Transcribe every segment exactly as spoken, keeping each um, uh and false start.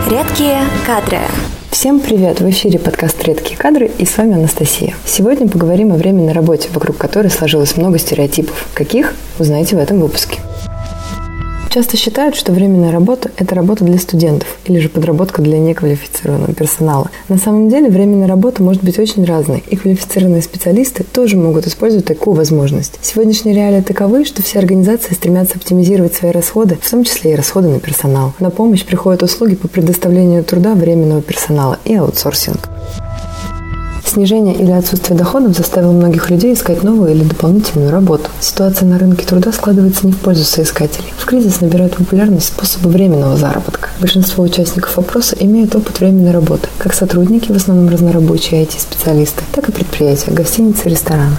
Редкие кадры. Всем привет! В эфире подкаст «Редкие кадры» и с вами Анастасия. Сегодня поговорим о временной работе, вокруг которой сложилось много стереотипов. Каких? Узнаете в этом выпуске. Часто считают, что временная работа – это работа для студентов или же подработка для неквалифицированного персонала. На самом деле временная работа может быть очень разной, и квалифицированные специалисты тоже могут использовать такую возможность. Сегодняшние реалии таковы, что все организации стремятся оптимизировать свои расходы, в том числе и расходы на персонал. На помощь приходят услуги по предоставлению труда временного персонала и аутсорсинг. Снижение или отсутствие доходов заставило многих людей искать новую или дополнительную работу. Ситуация на рынке труда складывается не в пользу соискателей. В кризис набирают популярность способы временного заработка. Большинство участников опроса имеют опыт временной работы, как сотрудники, в основном разнорабочие ай ти-специалисты, так и предприятия, гостиницы, рестораны.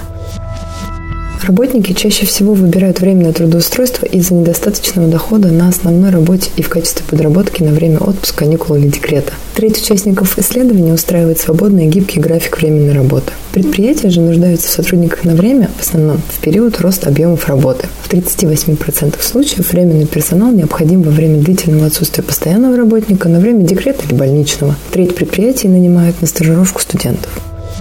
Работники чаще всего выбирают временное трудоустройство из-за недостаточного дохода на основной работе и в качестве подработки на время отпуска, каникул или декрета. Треть участников исследования устраивает свободный и гибкий график временной работы. Предприятия же нуждаются в сотрудниках на время, в основном в период роста объемов работы. В тридцати восьми процентах случаев временный персонал необходим во время длительного отсутствия постоянного работника, на время декрета или больничного. Треть предприятий нанимают на стажировку студентов.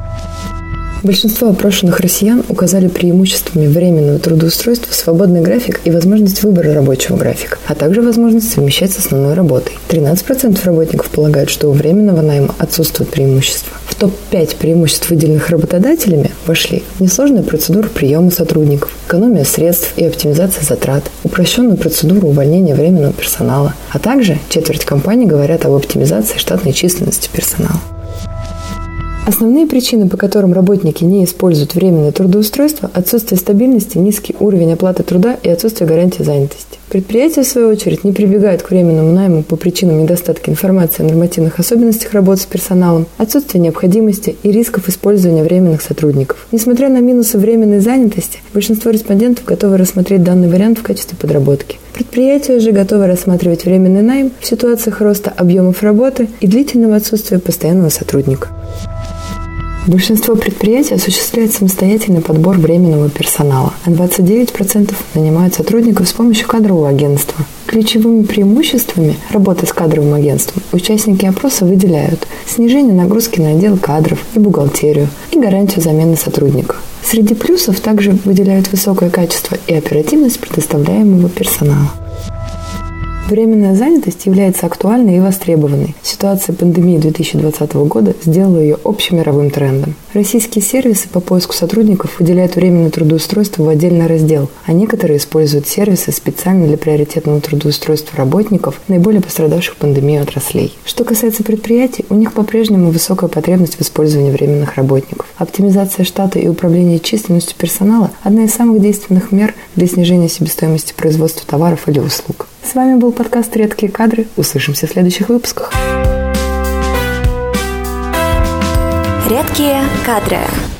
Большинство опрошенных россиян указали преимуществами временного трудоустройства свободный график и возможность выбора рабочего графика, а также возможность совмещать с основной работой. тринадцать процентов работников полагают, что у временного найма отсутствуют преимущества. В топ пять преимуществ, выделенных работодателями, вошли несложная процедура приема сотрудников, экономия средств и оптимизация затрат, упрощенную процедуру увольнения временного персонала, а также четверть компаний говорят об оптимизации штатной численности персонала. Основные причины, по которым работники не используют временное трудоустройство – отсутствие стабильности, низкий уровень оплаты труда и отсутствие гарантии занятости. Предприятия, в свою очередь, не прибегают к временному найму по причинам недостатка информации о нормативных особенностях работы с персоналом, отсутствия необходимости и рисков использования временных сотрудников. Несмотря на минусы временной занятости, большинство респондентов готовы рассмотреть данный вариант в качестве подработки. Предприятия же готовы рассматривать временный найм в ситуациях роста объемов работы и длительного отсутствия постоянного сотрудника. Большинство предприятий осуществляет самостоятельный подбор временного персонала, а двадцать девять процентов нанимают сотрудников с помощью кадрового агентства. Ключевыми преимуществами работы с кадровым агентством участники опроса выделяют снижение нагрузки на отдел кадров и бухгалтерию и гарантию замены сотрудника. Среди плюсов также выделяют высокое качество и оперативность предоставляемого персонала. Временная занятость является актуальной и востребованной. Ситуация пандемии две тысячи двадцатого года сделала ее общемировым трендом. Российские сервисы по поиску сотрудников выделяют временное трудоустройство в отдельный раздел, а некоторые используют сервисы специально для приоритетного трудоустройства работников наиболее пострадавших пандемией отраслей. Что касается предприятий, у них по-прежнему высокая потребность в использовании временных работников. Оптимизация штата и управление численностью персонала – одна из самых действенных мер для снижения себестоимости производства товаров или услуг. С вами был подкаст «Редкие кадры». Услышимся в следующих выпусках. Редкие кадры.